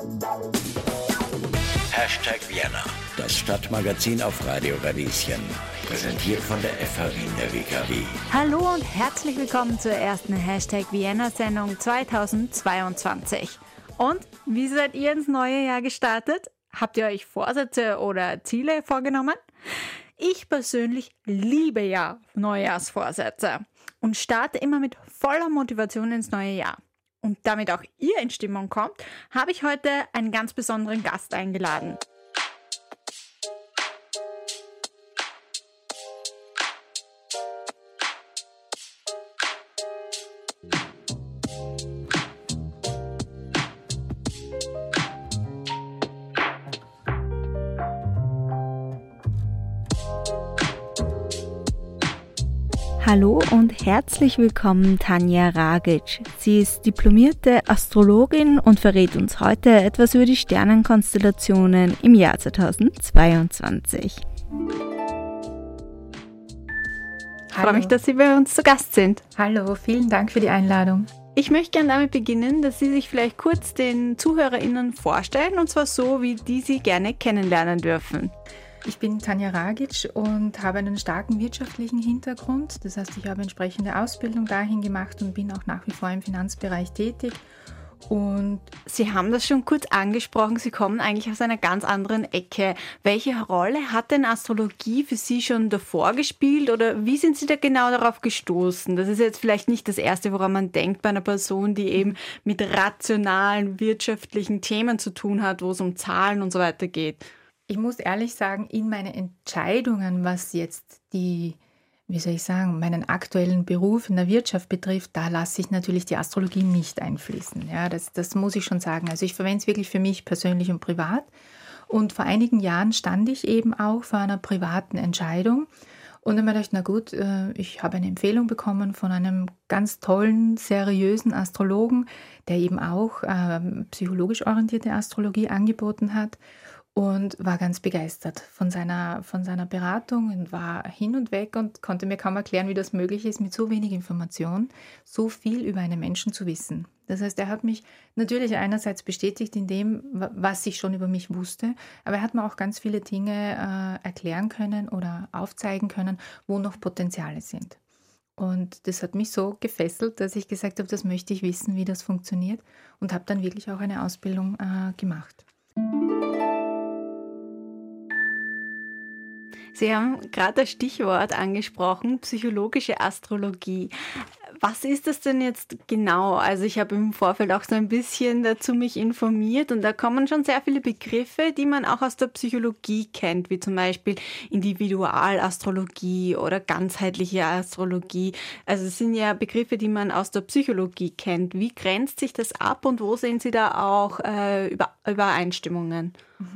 Vienna, das Stadtmagazin auf Radio Radieschen. Präsentiert von der FH Wien der WKW. Hallo und herzlich willkommen zur ersten Vienna-Sendung 2022. Und wie seid ihr ins neue Jahr gestartet? Habt ihr euch Vorsätze oder Ziele vorgenommen? Ich persönlich liebe ja Neujahrsvorsätze und starte immer mit voller Motivation ins neue Jahr. Und damit auch ihr in Stimmung kommt, habe ich heute einen ganz besonderen Gast eingeladen. Hallo und herzlich willkommen Tanja Ragic. Sie ist diplomierte Astrologin und verrät uns heute etwas über die Sternenkonstellationen im Jahr 2022. Ich freue mich, dass Sie bei uns zu Gast sind. Hallo, vielen Dank für die Einladung. Ich möchte gerne damit beginnen, dass Sie sich vielleicht kurz den ZuhörerInnen vorstellen, und zwar so, wie die Sie gerne kennenlernen dürfen. Ich bin Tanja Ragic und habe einen starken wirtschaftlichen Hintergrund. Das heißt, ich habe entsprechende Ausbildung dahin gemacht und bin auch nach wie vor im Finanzbereich tätig. Und Sie haben das schon kurz angesprochen, Sie kommen eigentlich aus einer ganz anderen Ecke. Welche Rolle hat denn Astrologie für Sie schon davor gespielt oder wie sind Sie da genau darauf gestoßen? Das ist jetzt vielleicht nicht das Erste, woran man denkt bei einer Person, die eben mit rationalen, wirtschaftlichen Themen zu tun hat, wo es um Zahlen und so weiter geht. Ich muss ehrlich sagen, in meine Entscheidungen, was jetzt meinen aktuellen Beruf in der Wirtschaft betrifft, da lasse ich natürlich die Astrologie nicht einfließen. Ja, das muss ich schon sagen. Also ich verwende es wirklich für mich persönlich und privat. Und vor einigen Jahren stand ich eben auch vor einer privaten Entscheidung. Und dann habe ich gedacht, na gut, ich habe eine Empfehlung bekommen von einem ganz tollen, seriösen Astrologen, der eben auch psychologisch orientierte Astrologie angeboten hat. Und war ganz begeistert von seiner Beratung und war hin und weg und konnte mir kaum erklären, wie das möglich ist, mit so wenig Information so viel über einen Menschen zu wissen. Das heißt, er hat mich natürlich einerseits bestätigt in dem, was ich schon über mich wusste, aber er hat mir auch ganz viele Dinge erklären können oder aufzeigen können, wo noch Potenziale sind. Und das hat mich so gefesselt, dass ich gesagt habe, das möchte ich wissen, wie das funktioniert und habe dann wirklich auch eine Ausbildung gemacht. Sie haben gerade das Stichwort angesprochen, psychologische Astrologie. Was ist das denn jetzt genau? Also ich habe im Vorfeld auch so ein bisschen dazu mich informiert und da kommen schon sehr viele Begriffe, die man auch aus der Psychologie kennt, wie zum Beispiel Individualastrologie oder ganzheitliche Astrologie. Also es sind ja Begriffe, die man aus der Psychologie kennt. Wie grenzt sich das ab und wo sehen Sie da auch Übereinstimmungen?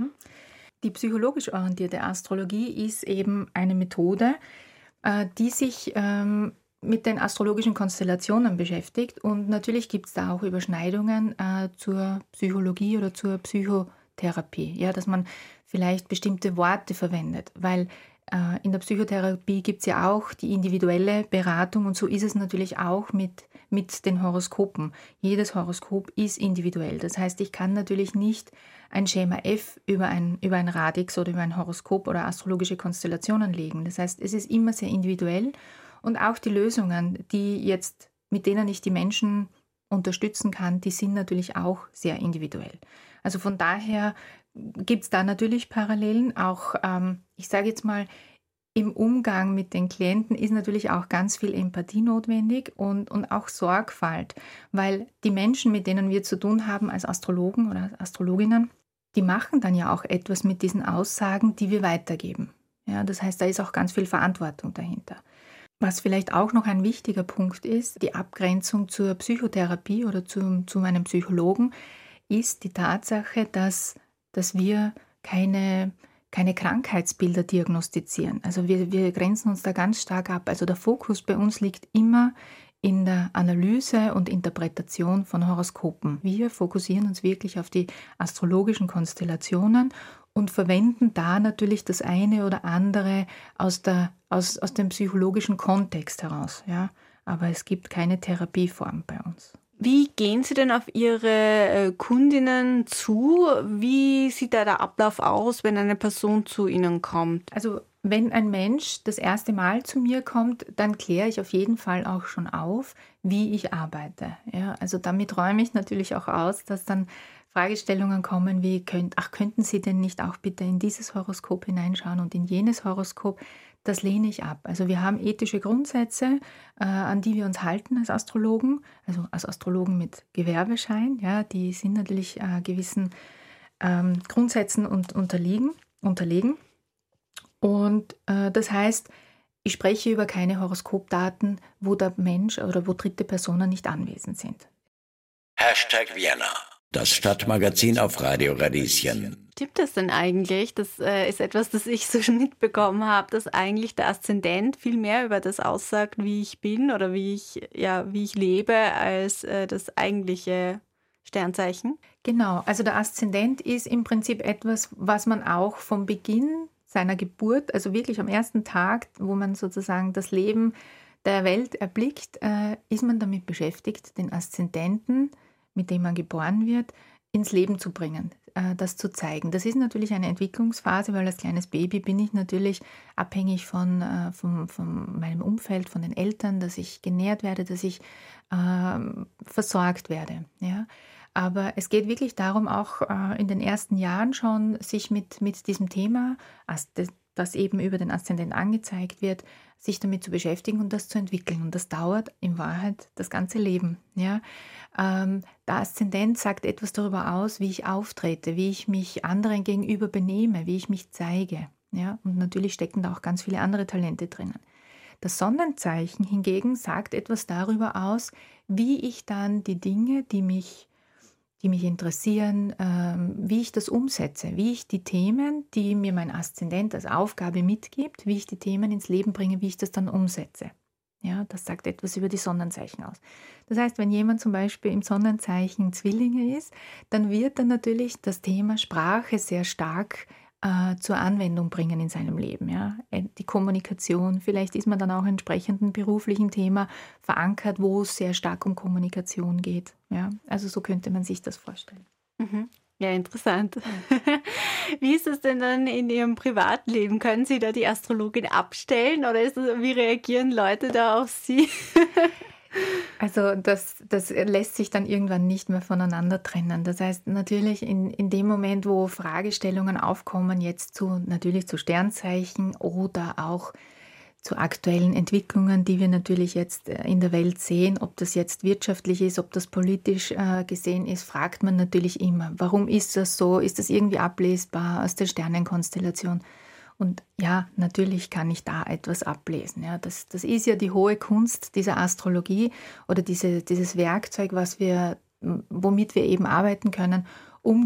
Die psychologisch orientierte Astrologie ist eben eine Methode, die sich mit den astrologischen Konstellationen beschäftigt. Und natürlich gibt es da auch Überschneidungen zur Psychologie oder zur Psychotherapie. Ja, dass man vielleicht bestimmte Worte verwendet, weil in der Psychotherapie gibt es ja auch die individuelle Beratung und so ist es natürlich auch mit den Horoskopen. Jedes Horoskop ist individuell. Das heißt, ich kann natürlich nicht ein Schema F über ein Radix oder über ein Horoskop oder astrologische Konstellationen legen. Das heißt, es ist immer sehr individuell und auch die Lösungen, mit denen ich die Menschen unterstützen kann, die sind natürlich auch sehr individuell. Also von daher gibt es da natürlich Parallelen. Auch, ich sage jetzt mal, im Umgang mit den Klienten ist natürlich auch ganz viel Empathie notwendig und auch Sorgfalt, weil die Menschen, mit denen wir zu tun haben als Astrologen oder Astrologinnen, die machen dann ja auch etwas mit diesen Aussagen, die wir weitergeben. Ja, das heißt, da ist auch ganz viel Verantwortung dahinter. Was vielleicht auch noch ein wichtiger Punkt ist, die Abgrenzung zur Psychotherapie oder zu einem Psychologen, ist die Tatsache, dass wir keine Krankheitsbilder diagnostizieren. Also wir grenzen uns da ganz stark ab. Also der Fokus bei uns liegt immer in der Analyse und Interpretation von Horoskopen. Wir fokussieren uns wirklich auf die astrologischen Konstellationen und verwenden da natürlich das eine oder andere aus dem psychologischen Kontext heraus. Ja? Aber es gibt keine Therapieform bei uns. Wie gehen Sie denn auf Ihre Kundinnen zu? Wie sieht da der Ablauf aus, wenn eine Person zu Ihnen kommt? Also wenn ein Mensch das erste Mal zu mir kommt, dann kläre ich auf jeden Fall auch schon auf, wie ich arbeite. Ja, also damit räume ich natürlich auch aus, dass dann Fragestellungen kommen wie, könnten Sie denn nicht auch bitte in dieses Horoskop hineinschauen und in jenes Horoskop? Das lehne ich ab. Also wir haben ethische Grundsätze, an die wir uns halten als Astrologen, also als Astrologen mit Gewerbeschein. Ja, die sind natürlich gewissen Grundsätzen unterlegen. Und das heißt, ich spreche über keine Horoskopdaten, wo der Mensch oder wo dritte Personen nicht anwesend sind. #Vienna, das Stadtmagazin auf Radio Radieschen. Stimmt das denn eigentlich? Das ist etwas, das ich so schon mitbekommen habe, dass eigentlich der Aszendent viel mehr über das aussagt, wie ich bin oder wie ich lebe, als das eigentliche Sternzeichen. Genau, also der Aszendent ist im Prinzip etwas, was man auch vom Beginn seiner Geburt, also wirklich am ersten Tag, wo man sozusagen das Leben der Welt erblickt, ist man damit beschäftigt, den Aszendenten, mit dem man geboren wird, ins Leben zu bringen, das zu zeigen. Das ist natürlich eine Entwicklungsphase, weil als kleines Baby bin ich natürlich abhängig von meinem Umfeld, von den Eltern, dass ich genährt werde, dass ich versorgt werde. Ja? Aber es geht wirklich darum, auch in den ersten Jahren schon sich mit diesem Thema, das eben über den Aszendent angezeigt wird, sich damit zu beschäftigen und das zu entwickeln. Und das dauert in Wahrheit das ganze Leben. Ja? Der Aszendent sagt etwas darüber aus, wie ich auftrete, wie ich mich anderen gegenüber benehme, wie ich mich zeige. Ja? Und natürlich stecken da auch ganz viele andere Talente drinnen. Das Sonnenzeichen hingegen sagt etwas darüber aus, wie ich dann die Dinge, die mich interessieren, wie ich das umsetze, wie ich die Themen, die mir mein Aszendent als Aufgabe mitgibt, wie ich die Themen ins Leben bringe, wie ich das dann umsetze. Ja, das sagt etwas über die Sonnenzeichen aus. Das heißt, wenn jemand zum Beispiel im Sonnenzeichen Zwillinge ist, dann wird dann natürlich das Thema Sprache sehr stark zur Anwendung bringen in seinem Leben. Ja? Die Kommunikation, vielleicht ist man dann auch entsprechend im beruflichen Thema verankert, wo es sehr stark um Kommunikation geht. Ja? Also so könnte man sich das vorstellen. Mhm. Ja, interessant. Wie ist es denn dann in Ihrem Privatleben? Können Sie da die Astrologin abstellen oder wie reagieren Leute da auf Sie? Also das lässt sich dann irgendwann nicht mehr voneinander trennen. Das heißt natürlich in dem Moment, wo Fragestellungen aufkommen, jetzt natürlich zu Sternzeichen oder auch zu aktuellen Entwicklungen, die wir natürlich jetzt in der Welt sehen, ob das jetzt wirtschaftlich ist, ob das politisch gesehen ist, fragt man natürlich immer, warum ist das so? Ist das irgendwie ablesbar aus der Sternenkonstellation? Und ja, natürlich kann ich da etwas ablesen. Ja, das ist ja die hohe Kunst dieser Astrologie oder dieses Werkzeug, womit wir eben arbeiten können, um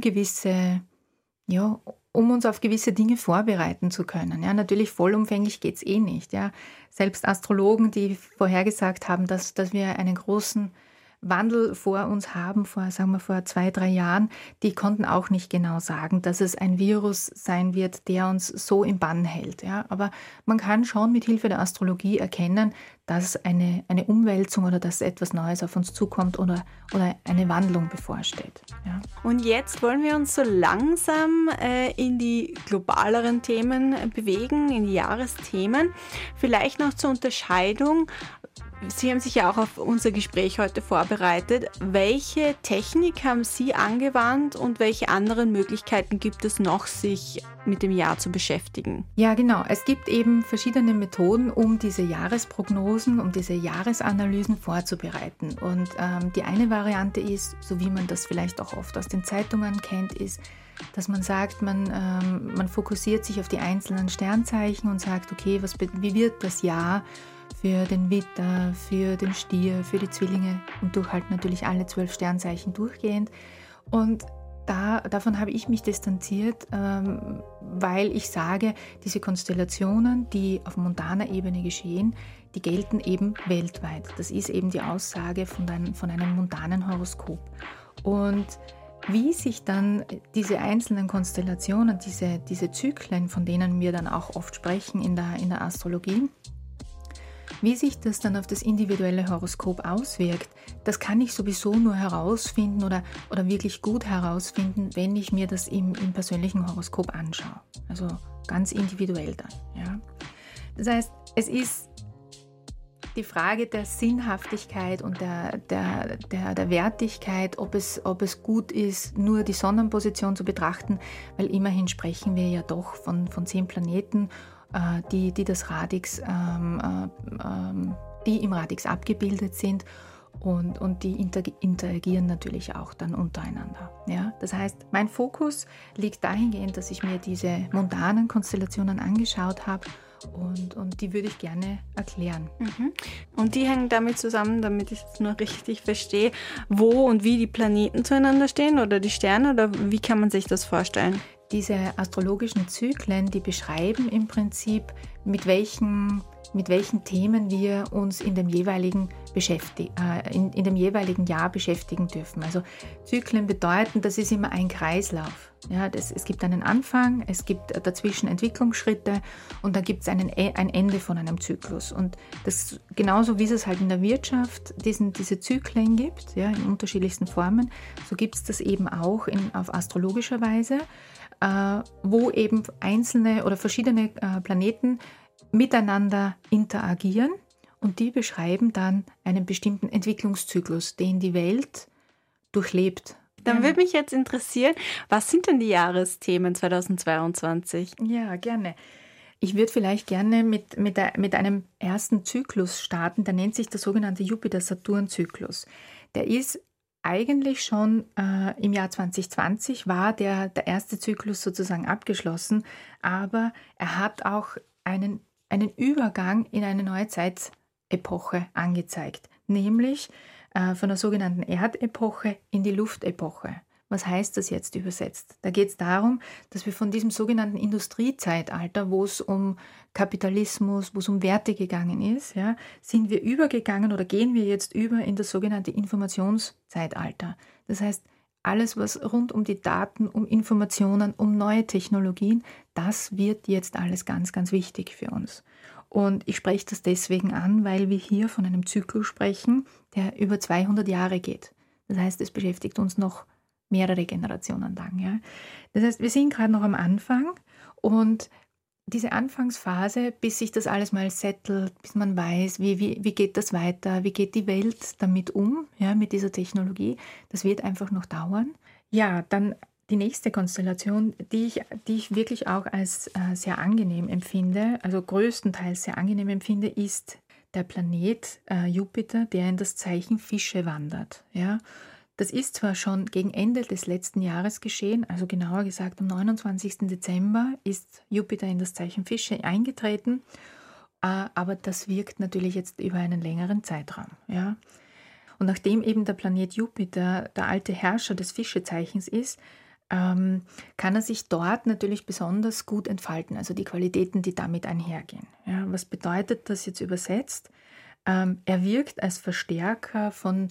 uns auf gewisse Dinge vorbereiten zu können. Ja, natürlich vollumfänglich geht es nicht. Ja. Selbst Astrologen, die vorhergesagt haben, dass wir einen großen Wandel vor uns haben, vor 2-3 Jahren, die konnten auch nicht genau sagen, dass es ein Virus sein wird, der uns so im Bann hält. Ja? Aber man kann schon mit Hilfe der Astrologie erkennen, dass eine Umwälzung oder dass etwas Neues auf uns zukommt oder eine Wandlung bevorsteht. Ja? Und jetzt wollen wir uns so langsam in die globaleren Themen bewegen, in die Jahresthemen. Vielleicht noch zur Unterscheidung. Sie haben sich ja auch auf unser Gespräch heute vorbereitet. Welche Technik haben Sie angewandt und welche anderen Möglichkeiten gibt es noch, sich mit dem Jahr zu beschäftigen? Ja, genau. Es gibt eben verschiedene Methoden, um diese Jahresprognosen, um diese Jahresanalysen vorzubereiten. Und die eine Variante ist, so wie man das vielleicht auch oft aus den Zeitungen kennt, ist, dass man sagt, man fokussiert sich auf die einzelnen Sternzeichen und sagt, okay, wie wird das Jahr für den Widder, für den Stier, für die Zwillinge und durch halt natürlich alle 12 Sternzeichen durchgehend. Und davon habe ich mich distanziert, weil ich sage, diese Konstellationen, die auf montaner Ebene geschehen, die gelten eben weltweit. Das ist eben die Aussage von einem montanen Horoskop. Und wie sich dann diese einzelnen Konstellationen, diese Zyklen, von denen wir dann auch oft sprechen in der Astrologie, Wie sich das dann auf das individuelle Horoskop auswirkt, das kann ich sowieso nur herausfinden oder wirklich gut herausfinden, wenn ich mir das im persönlichen Horoskop anschaue. Also ganz individuell dann. Ja. Das heißt, es ist die Frage der Sinnhaftigkeit und der Wertigkeit, ob es gut ist, nur die Sonnenposition zu betrachten, weil immerhin sprechen wir ja doch von 10 Planeten, die das Radix, die im Radix abgebildet sind und die interagieren natürlich auch dann untereinander. Ja? Das heißt, mein Fokus liegt dahingehend, dass ich mir diese mundanen Konstellationen angeschaut habe und die würde ich gerne erklären. Und die hängen damit zusammen, damit ich es nur richtig verstehe, wo und wie die Planeten zueinander stehen oder die Sterne oder wie kann man sich das vorstellen? Diese astrologischen Zyklen, die beschreiben im Prinzip, mit welchen Themen wir uns in dem jeweiligen Jahr beschäftigen dürfen. Also Zyklen bedeuten, das ist immer ein Kreislauf. Ja, es gibt einen Anfang, es gibt dazwischen Entwicklungsschritte und dann gibt es ein Ende von einem Zyklus. Und das genauso wie es halt in der Wirtschaft diese Zyklen gibt, ja, in unterschiedlichsten Formen, so gibt es das eben auch auf astrologischer Weise, wo eben einzelne oder verschiedene Planeten miteinander interagieren und die beschreiben dann einen bestimmten Entwicklungszyklus, den die Welt durchlebt. Dann würde mich jetzt interessieren, was sind denn die Jahresthemen 2022? Ja, gerne. Ich würde vielleicht gerne mit einem ersten Zyklus starten, der nennt sich der sogenannte Jupiter-Saturn-Zyklus. Der ist eigentlich schon im Jahr 2020 war der erste Zyklus sozusagen abgeschlossen, aber er hat auch einen Übergang in eine neue Zeitepoche angezeigt, nämlich von der sogenannten Erdepoche in die Luftepoche. Was heißt das jetzt übersetzt? Da geht es darum, dass wir von diesem sogenannten Industriezeitalter, wo es um Kapitalismus, wo es um Werte gegangen ist, ja, sind wir übergegangen oder gehen wir jetzt über in das sogenannte Informationszeitalter. Das heißt, alles, was rund um die Daten, um Informationen, um neue Technologien, das wird jetzt alles ganz, ganz wichtig für uns. Und ich spreche das deswegen an, weil wir hier von einem Zyklus sprechen, der über 200 Jahre geht. Das heißt, es beschäftigt uns noch mehrere Generationen lang. Ja. Das heißt, wir sind gerade noch am Anfang und diese Anfangsphase, bis sich das alles mal settelt, bis man weiß, wie geht das weiter, wie geht die Welt damit um, ja, mit dieser Technologie, das wird einfach noch dauern. Ja, dann die nächste Konstellation, die ich wirklich auch als sehr angenehm empfinde, also größtenteils sehr angenehm empfinde, ist der Planet Jupiter, der in das Zeichen Fische wandert. Ja. Das ist zwar schon gegen Ende des letzten Jahres geschehen, also genauer gesagt am 29. Dezember ist Jupiter in das Zeichen Fische eingetreten, aber das wirkt natürlich jetzt über einen längeren Zeitraum. Ja. Und nachdem eben der Planet Jupiter der alte Herrscher des Fischezeichens ist, kann er sich dort natürlich besonders gut entfalten, also die Qualitäten, die damit einhergehen. Ja, was bedeutet das jetzt übersetzt? Er wirkt als Verstärker von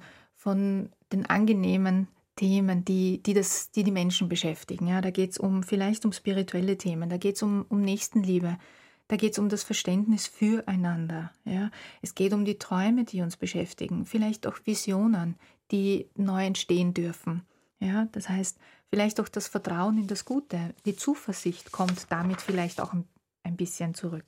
den angenehmen Themen, die Menschen beschäftigen. Ja, da geht es vielleicht um spirituelle Themen, da geht es um Nächstenliebe, da geht es um das Verständnis füreinander. Ja. Es geht um die Träume, die uns beschäftigen, vielleicht auch Visionen, die neu entstehen dürfen. Ja, das heißt, vielleicht auch das Vertrauen in das Gute, die Zuversicht kommt damit vielleicht auch ein bisschen zurück.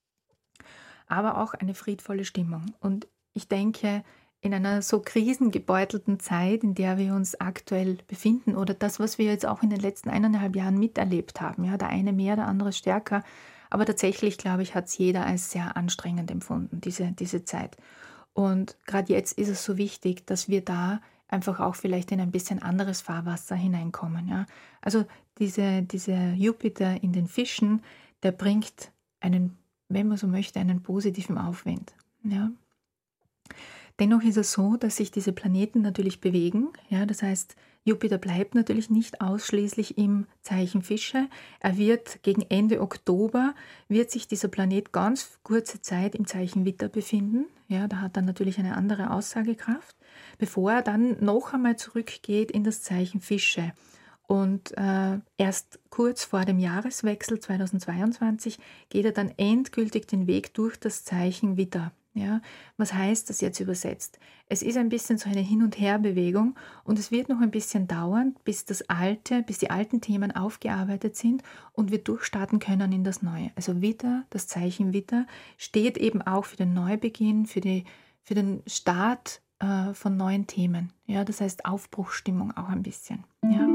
Aber auch eine friedvolle Stimmung. Und ich denke, in einer so krisengebeutelten Zeit, in der wir uns aktuell befinden oder das, was wir jetzt auch in den letzten 1,5 Jahren miterlebt haben, ja, der eine mehr, der andere stärker, aber tatsächlich, glaube ich, hat es jeder als sehr anstrengend empfunden, diese Zeit. Und gerade jetzt ist es so wichtig, dass wir da einfach auch vielleicht in ein bisschen anderes Fahrwasser hineinkommen. Ja. Also dieser Jupiter in den Fischen, der bringt einen, wenn man so möchte, einen positiven Aufwind. Ja. Dennoch ist es so, dass sich diese Planeten natürlich bewegen. Ja, das heißt, Jupiter bleibt natürlich nicht ausschließlich im Zeichen Fische. Er wird gegen Ende Oktober, wird sich dieser Planet ganz kurze Zeit im Zeichen Widder befinden. Ja, da hat er natürlich eine andere Aussagekraft, bevor er dann noch einmal zurückgeht in das Zeichen Fische. Und erst kurz vor dem Jahreswechsel 2022 geht er dann endgültig den Weg durch das Zeichen Widder. Ja, was heißt das jetzt übersetzt? Es ist ein bisschen so eine Hin- und Herbewegung und es wird noch ein bisschen dauern, bis die alten Themen aufgearbeitet sind und wir durchstarten können in das Neue. Also Widder, das Zeichen Widder, steht eben auch für den Neubeginn, für den Start von neuen Themen. Ja, das heißt Aufbruchsstimmung auch ein bisschen. Ja.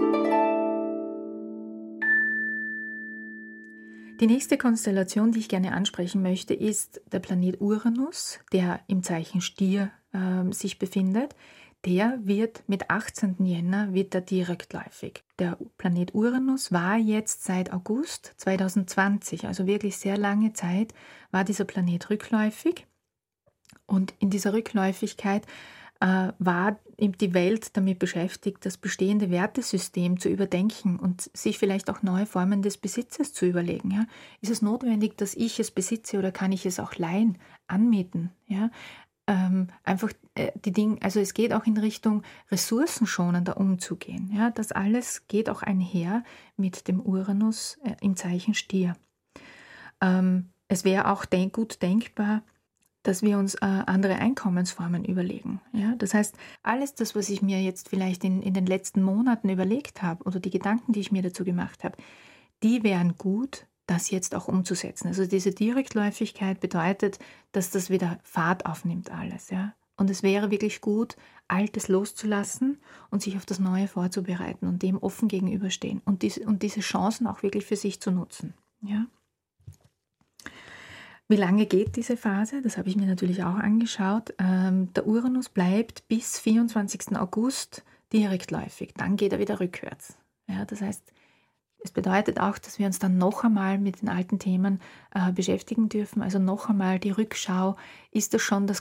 Die nächste Konstellation, die ich gerne ansprechen möchte, ist der Planet Uranus, der im Zeichen Stier sich befindet. Der wird mit 18. Jänner wird er direktläufig. Der Planet Uranus war jetzt seit August 2020, also wirklich sehr lange Zeit, war dieser Planet rückläufig. Und in dieser Rückläufigkeit war eben die Welt damit beschäftigt, das bestehende Wertesystem zu überdenken und sich vielleicht auch neue Formen des Besitzes zu überlegen. Ja? Ist es notwendig, dass ich es besitze oder kann ich es auch leihen, anmieten? Ja? Einfach die Dinge, also es geht auch in Richtung ressourcenschonender umzugehen. Ja? Das alles geht auch einher mit dem Uranus im Zeichen Stier. Es wäre auch gut denkbar, dass wir uns andere Einkommensformen überlegen. Ja? Das heißt, alles das, was ich mir jetzt vielleicht in den letzten Monaten überlegt habe oder die Gedanken, die ich mir dazu gemacht habe, die wären gut, das jetzt auch umzusetzen. Also diese Direktläufigkeit bedeutet, dass das wieder Fahrt aufnimmt alles. Ja? Und es wäre wirklich gut, Altes loszulassen und sich auf das Neue vorzubereiten und dem offen gegenüberstehen und diese Chancen auch wirklich für sich zu nutzen. Ja? Wie lange geht diese Phase? Das habe ich mir natürlich auch angeschaut. Der Uranus bleibt bis 24. August direktläufig. Dann geht er wieder rückwärts. Ja, das heißt, es bedeutet auch, dass wir uns dann noch einmal mit den alten Themen beschäftigen dürfen. Also noch einmal die Rückschau. Ist das schon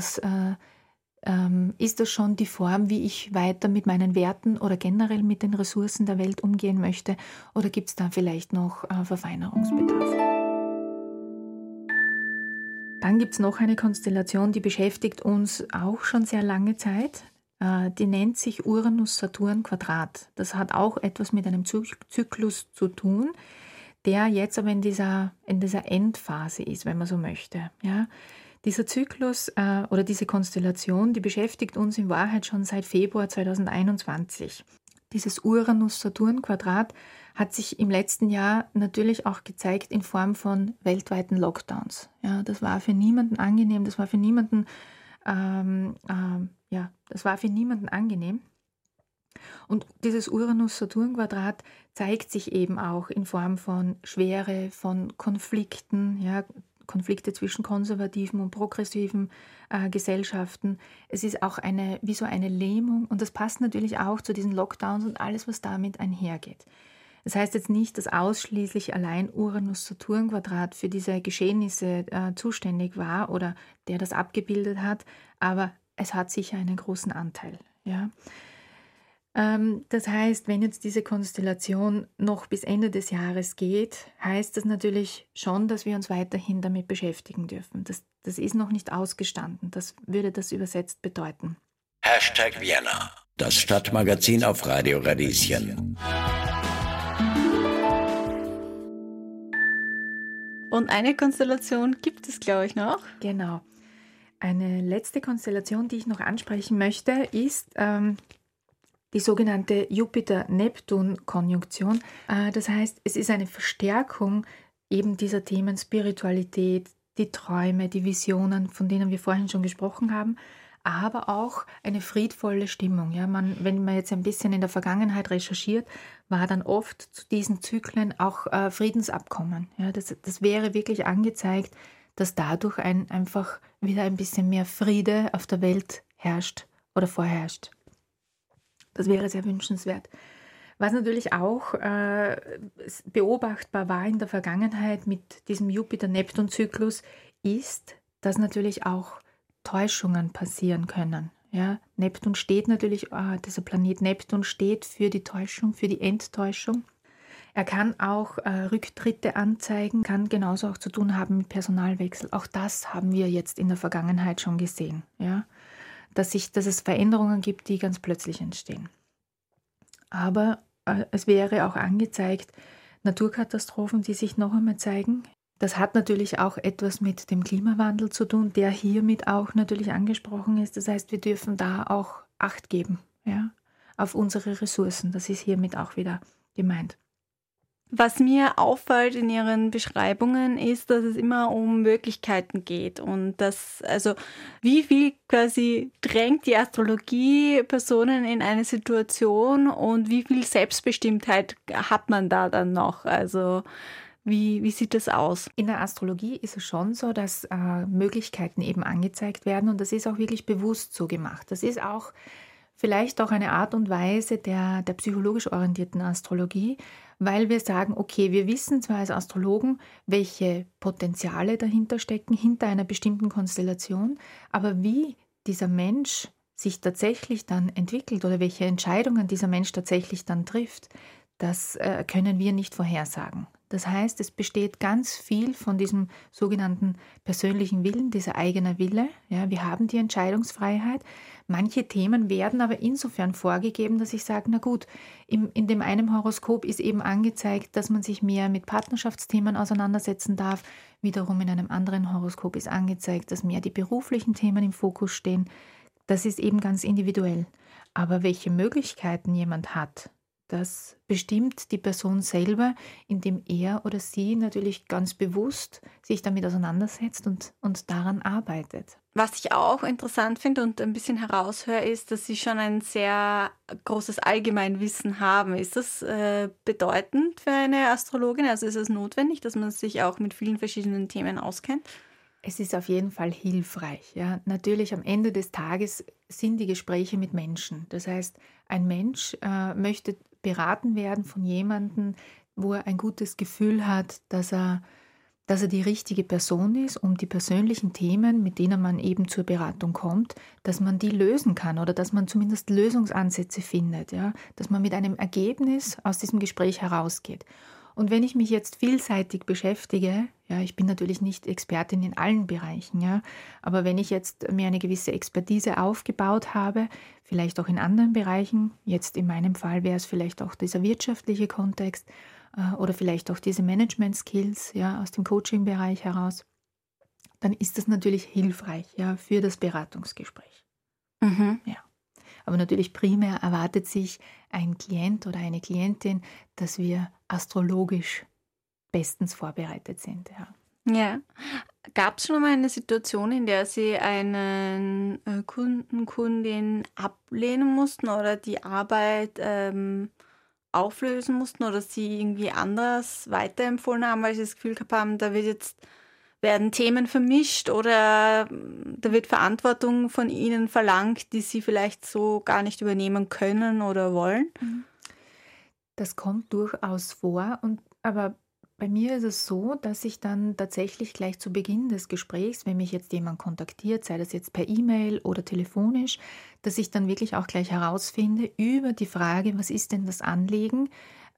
ist das schon die Form, wie ich weiter mit meinen Werten oder generell mit den Ressourcen der Welt umgehen möchte? Oder gibt es da vielleicht noch Verfeinerungsbedarf? Dann gibt es noch eine Konstellation, die beschäftigt uns auch schon sehr lange Zeit. Die nennt sich Uranus-Saturn-Quadrat. Das hat auch etwas mit einem Zyklus zu tun, der jetzt aber in dieser Endphase ist, wenn man so möchte. Ja? Dieser Zyklus oder diese Konstellation, die beschäftigt uns in Wahrheit schon seit Februar 2021. Dieses Uranus-Saturn-Quadrat hat sich im letzten Jahr natürlich auch gezeigt in Form von weltweiten Lockdowns. Ja, das war für niemanden angenehm, das war für niemanden angenehm. Und dieses Uranus-Saturn-Quadrat zeigt sich eben auch in Form von Schwere, von Konflikten, ja, Konflikte zwischen konservativen und progressiven Gesellschaften. Es ist auch wie so eine Lähmung und das passt natürlich auch zu diesen Lockdowns und alles, was damit einhergeht. Das heißt jetzt nicht, dass ausschließlich allein Uranus-Saturn-Quadrat für diese Geschehnisse zuständig war oder der das abgebildet hat, aber es hat sicher einen großen Anteil. Ja? Das heißt, wenn jetzt diese Konstellation noch bis Ende des Jahres geht, heißt das natürlich schon, dass wir uns weiterhin damit beschäftigen dürfen. Das ist noch nicht ausgestanden. Das würde das übersetzt bedeuten. #Vienna, das Stadtmagazin auf Radio Radieschen. Und eine Konstellation gibt es, glaube ich, noch. Genau. Eine letzte Konstellation, die ich noch ansprechen möchte, ist die sogenannte Jupiter-Neptun-Konjunktion. Das heißt, es ist eine Verstärkung eben dieser Themen Spiritualität, die Träume, die Visionen, von denen wir vorhin schon gesprochen haben, aber auch eine friedvolle Stimmung. Ja, wenn man jetzt ein bisschen in der Vergangenheit recherchiert, war dann oft zu diesen Zyklen auch Friedensabkommen. Ja, das wäre wirklich angezeigt, dass dadurch einfach wieder ein bisschen mehr Friede auf der Welt herrscht oder vorherrscht. Das wäre sehr wünschenswert. Was natürlich auch beobachtbar war in der Vergangenheit mit diesem Jupiter-Neptun-Zyklus, ist, dass natürlich auch Täuschungen passieren können. Ja, Neptun steht natürlich, dieser Planet Neptun steht für die Täuschung, für die Enttäuschung. Er kann auch Rücktritte anzeigen, kann genauso auch zu tun haben mit Personalwechsel. Auch das haben wir jetzt in der Vergangenheit schon gesehen. Ja? Dass es Veränderungen gibt, die ganz plötzlich entstehen. Aber es wäre auch angezeigt, Naturkatastrophen, die sich noch einmal zeigen. Das hat natürlich auch etwas mit dem Klimawandel zu tun, der hiermit auch natürlich angesprochen ist. Das heißt, wir dürfen da auch Acht geben, ja, auf unsere Ressourcen. Das ist hiermit auch wieder gemeint. Was mir auffällt in Ihren Beschreibungen ist, dass es immer um Möglichkeiten geht und dass, also wie viel quasi drängt die Astrologie Personen in eine Situation und wie viel Selbstbestimmtheit hat man da dann noch? Also wie sieht das aus? In der Astrologie ist es schon so, dass Möglichkeiten eben angezeigt werden und das ist auch wirklich bewusst so gemacht. Das ist auch vielleicht auch eine Art und Weise der psychologisch orientierten Astrologie, weil wir sagen, okay, wir wissen zwar als Astrologen, welche Potenziale dahinter stecken, hinter einer bestimmten Konstellation, aber wie dieser Mensch sich tatsächlich dann entwickelt oder welche Entscheidungen dieser Mensch tatsächlich dann trifft, das können wir nicht vorhersagen. Das heißt, es besteht ganz viel von diesem sogenannten persönlichen Willen, dieser eigene Wille. Ja, wir haben die Entscheidungsfreiheit. Manche Themen werden aber insofern vorgegeben, dass ich sage, na gut, in dem einen Horoskop ist eben angezeigt, dass man sich mehr mit Partnerschaftsthemen auseinandersetzen darf. Wiederum in einem anderen Horoskop ist angezeigt, dass mehr die beruflichen Themen im Fokus stehen. Das ist eben ganz individuell. Aber welche Möglichkeiten jemand hat, das bestimmt die Person selber, indem er oder sie natürlich ganz bewusst sich damit auseinandersetzt und daran arbeitet. Was ich auch interessant finde und ein bisschen heraushöre, ist, dass Sie schon ein sehr großes Allgemeinwissen haben. Ist das bedeutend für eine Astrologin? Also ist es notwendig, dass man sich auch mit vielen verschiedenen Themen auskennt? Es ist auf jeden Fall hilfreich. Ja. Natürlich am Ende des Tages sind die Gespräche mit Menschen. Das heißt, ein Mensch möchte beraten werden von jemandem, wo er ein gutes Gefühl hat, dass er die richtige Person ist, um die persönlichen Themen, mit denen man eben zur Beratung kommt, dass man die lösen kann oder dass man zumindest Lösungsansätze findet, ja, dass man mit einem Ergebnis aus diesem Gespräch herausgeht. Und wenn ich mich jetzt vielseitig beschäftige, ja, ich bin natürlich nicht Expertin in allen Bereichen, ja, aber wenn ich jetzt mir eine gewisse Expertise aufgebaut habe, vielleicht auch in anderen Bereichen, jetzt in meinem Fall wäre es vielleicht auch dieser wirtschaftliche Kontext oder vielleicht auch diese Management-Skills, ja, aus dem Coaching-Bereich heraus, dann ist das natürlich hilfreich, ja, für das Beratungsgespräch. Mhm. Ja. Aber natürlich primär erwartet sich ein Klient oder eine Klientin, dass wir astrologisch bestens vorbereitet sind. Ja. Ja. Gab es schon mal eine Situation, in der Sie einen Kundin ablehnen mussten oder die Arbeit auflösen mussten oder Sie irgendwie anders weiterempfohlen haben, weil Sie das Gefühl gehabt haben, werden Themen vermischt oder da wird Verantwortung von Ihnen verlangt, die Sie vielleicht so gar nicht übernehmen können oder wollen? Das kommt durchaus vor, aber bei mir ist es so, dass ich dann tatsächlich gleich zu Beginn des Gesprächs, wenn mich jetzt jemand kontaktiert, sei das jetzt per E-Mail oder telefonisch, dass ich dann wirklich auch gleich herausfinde über die Frage, was ist denn das Anliegen,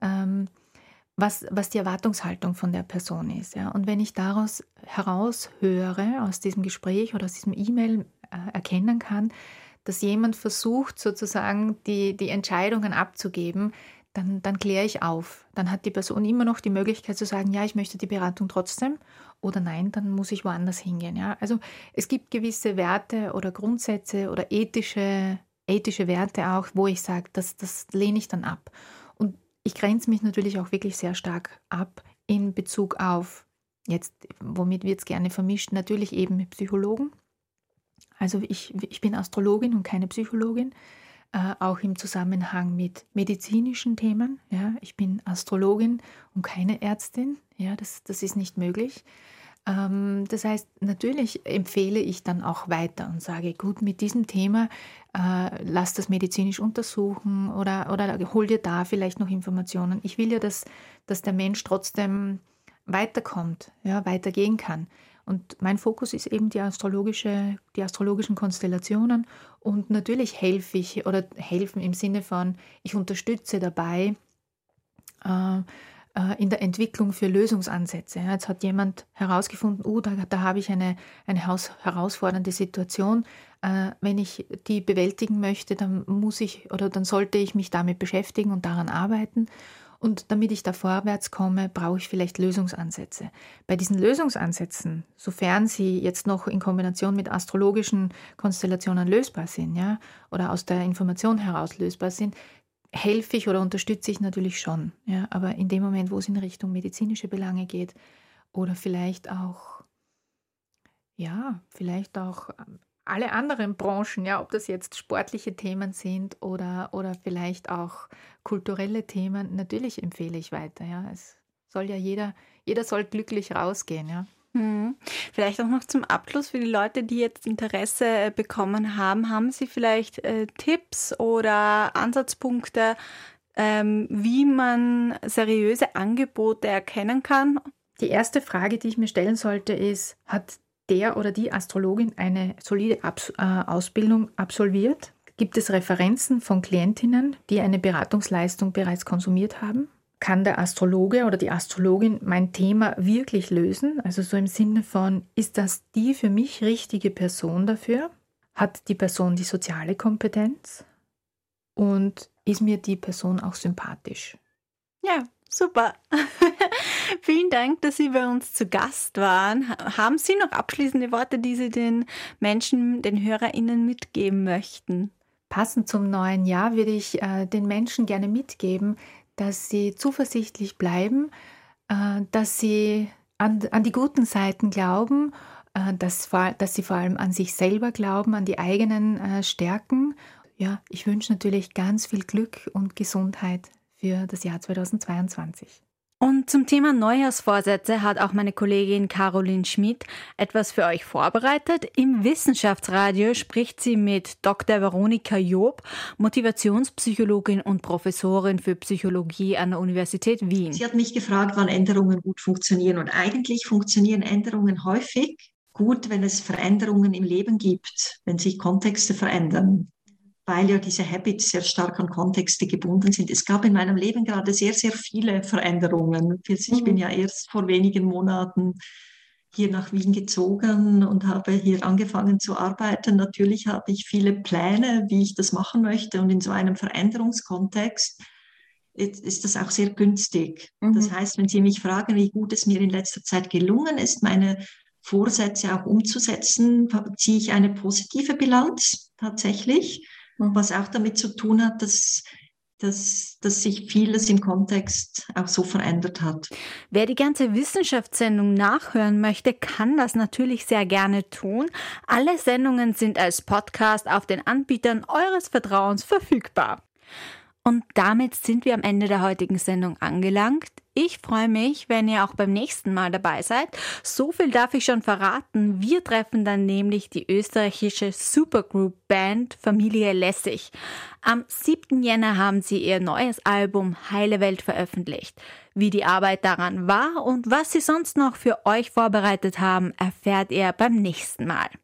was die Erwartungshaltung von der Person ist. Ja? Und wenn ich daraus heraushöre, aus diesem Gespräch oder aus diesem E-Mail erkennen kann, dass jemand versucht, sozusagen die Entscheidungen abzugeben, dann kläre ich auf. Dann hat die Person immer noch die Möglichkeit zu sagen, ja, ich möchte die Beratung trotzdem oder nein, dann muss ich woanders hingehen. Ja? Also es gibt gewisse Werte oder Grundsätze oder ethische Werte auch, wo ich sage, das lehne ich dann ab. Und ich grenze mich natürlich auch wirklich sehr stark ab in Bezug auf, jetzt, womit wird es gerne vermischt, natürlich eben mit Psychologen. Also ich bin Astrologin und keine Psychologin, auch im Zusammenhang mit medizinischen Themen. Ja. Ich bin Astrologin und keine Ärztin, ja, das ist nicht möglich. Das heißt, natürlich empfehle ich dann auch weiter und sage, gut, mit diesem Thema lass das medizinisch untersuchen oder hol dir da vielleicht noch Informationen. Ich will ja, dass der Mensch trotzdem weiterkommt, ja, weitergehen kann. Und mein Fokus ist eben die astrologischen Konstellationen und natürlich helfen im Sinne von, ich unterstütze dabei in der Entwicklung für Lösungsansätze. Ja, jetzt hat jemand herausgefunden, da habe ich eine herausfordernde Situation. Wenn ich die bewältigen möchte, dann sollte ich mich damit beschäftigen und daran arbeiten. Und damit ich da vorwärts komme, brauche ich vielleicht Lösungsansätze. Bei diesen Lösungsansätzen, sofern sie jetzt noch in Kombination mit astrologischen Konstellationen lösbar sind, ja, oder aus der Information heraus lösbar sind, helfe ich oder unterstütze ich natürlich schon. Ja, aber in dem Moment, wo es in Richtung medizinische Belange geht oder vielleicht auch alle anderen Branchen, ja, ob das jetzt sportliche Themen sind oder vielleicht auch kulturelle Themen, natürlich empfehle ich weiter. Ja. Es soll ja jeder soll glücklich rausgehen. Ja. Vielleicht auch noch zum Abschluss für die Leute, die jetzt Interesse bekommen haben Sie vielleicht Tipps oder Ansatzpunkte, wie man seriöse Angebote erkennen kann? Die erste Frage, die ich mir stellen sollte, ist, hat der oder die Astrologin eine solide Ausbildung absolviert? Gibt es Referenzen von Klientinnen, die eine Beratungsleistung bereits konsumiert haben? Kann der Astrologe oder die Astrologin mein Thema wirklich lösen? Also so im Sinne von, ist das die für mich richtige Person dafür? Hat die Person die soziale Kompetenz? Und ist mir die Person auch sympathisch? Ja, super. Vielen Dank, dass Sie bei uns zu Gast waren. Haben Sie noch abschließende Worte, die Sie den Menschen, den HörerInnen mitgeben möchten? Passend zum neuen Jahr würde ich den Menschen gerne mitgeben, dass sie zuversichtlich bleiben, dass sie an die guten Seiten glauben, dass sie vor allem an sich selber glauben, an die eigenen Stärken. Ja, ich wünsche natürlich ganz viel Glück und Gesundheit für das Jahr 2022. Und zum Thema Neujahrsvorsätze hat auch meine Kollegin Caroline Schmidt etwas für euch vorbereitet. Im Wissenschaftsradio spricht sie mit Dr. Veronika Job, Motivationspsychologin und Professorin für Psychologie an der Universität Wien. Sie hat mich gefragt, wann Änderungen gut funktionieren. Und eigentlich funktionieren Änderungen häufig gut, wenn es Veränderungen im Leben gibt, wenn sich Kontexte verändern, weil ja diese Habits sehr stark an Kontexte gebunden sind. Es gab in meinem Leben gerade sehr, sehr viele Veränderungen. Ich bin ja erst vor wenigen Monaten hier nach Wien gezogen und habe hier angefangen zu arbeiten. Natürlich habe ich viele Pläne, wie ich das machen möchte. Und in so einem Veränderungskontext ist das auch sehr günstig. Das heißt, wenn Sie mich fragen, wie gut es mir in letzter Zeit gelungen ist, meine Vorsätze auch umzusetzen, ziehe ich eine positive Bilanz tatsächlich. Was auch damit zu tun hat, dass sich vieles im Kontext auch so verändert hat. Wer die ganze Wissenschaftssendung nachhören möchte, kann das natürlich sehr gerne tun. Alle Sendungen sind als Podcast auf den Anbietern eures Vertrauens verfügbar. Und damit sind wir am Ende der heutigen Sendung angelangt. Ich freue mich, wenn ihr auch beim nächsten Mal dabei seid. So viel darf ich schon verraten. Wir treffen dann nämlich die österreichische Supergroup-Band Familie Lässig. Am 7. Jänner haben sie ihr neues Album Heile Welt veröffentlicht. Wie die Arbeit daran war und was sie sonst noch für euch vorbereitet haben, erfährt ihr beim nächsten Mal.